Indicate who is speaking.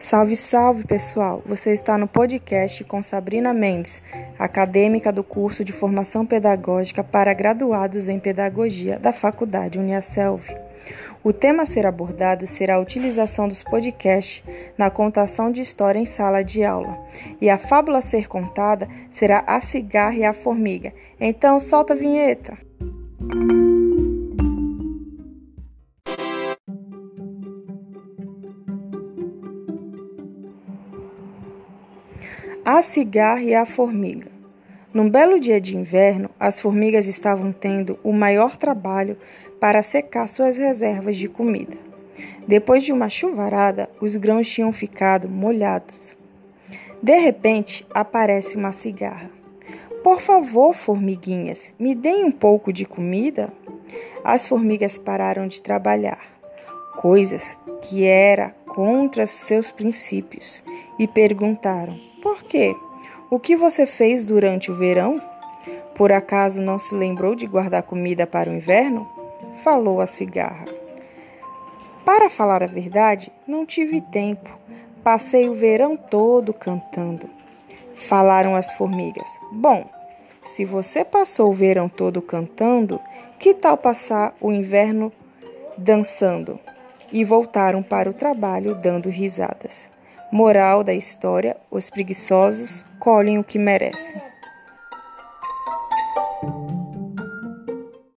Speaker 1: Salve, salve, pessoal! Você está no podcast com Sabrina Mendes, acadêmica do curso de Formação Pedagógica para graduados em Pedagogia da Faculdade Uniaselv. O tema a ser abordado será a utilização dos podcasts na contação de história em sala de aula. E a fábula a ser contada será A Cigarra e a Formiga. Então, solta a vinheta! A Cigarra e a Formiga. Num belo dia de inverno, as formigas estavam tendo o maior trabalho para secar suas reservas de comida. Depois de uma chuvarada, os grãos tinham ficado molhados. De repente, aparece uma cigarra. Por favor, formiguinhas, me deem um pouco de comida? As formigas pararam de trabalhar, coisas que era contra seus princípios, e perguntaram: por quê? O que você fez durante o verão? Por acaso não se lembrou de guardar comida para o inverno? Falou a cigarra. Para falar a verdade, não tive tempo. Passei o verão todo cantando. Falaram as formigas. Bom, se você passou o verão todo cantando, que tal passar o inverno dançando? E voltaram para o trabalho dando risadas. Moral da história: os preguiçosos colhem o que merecem.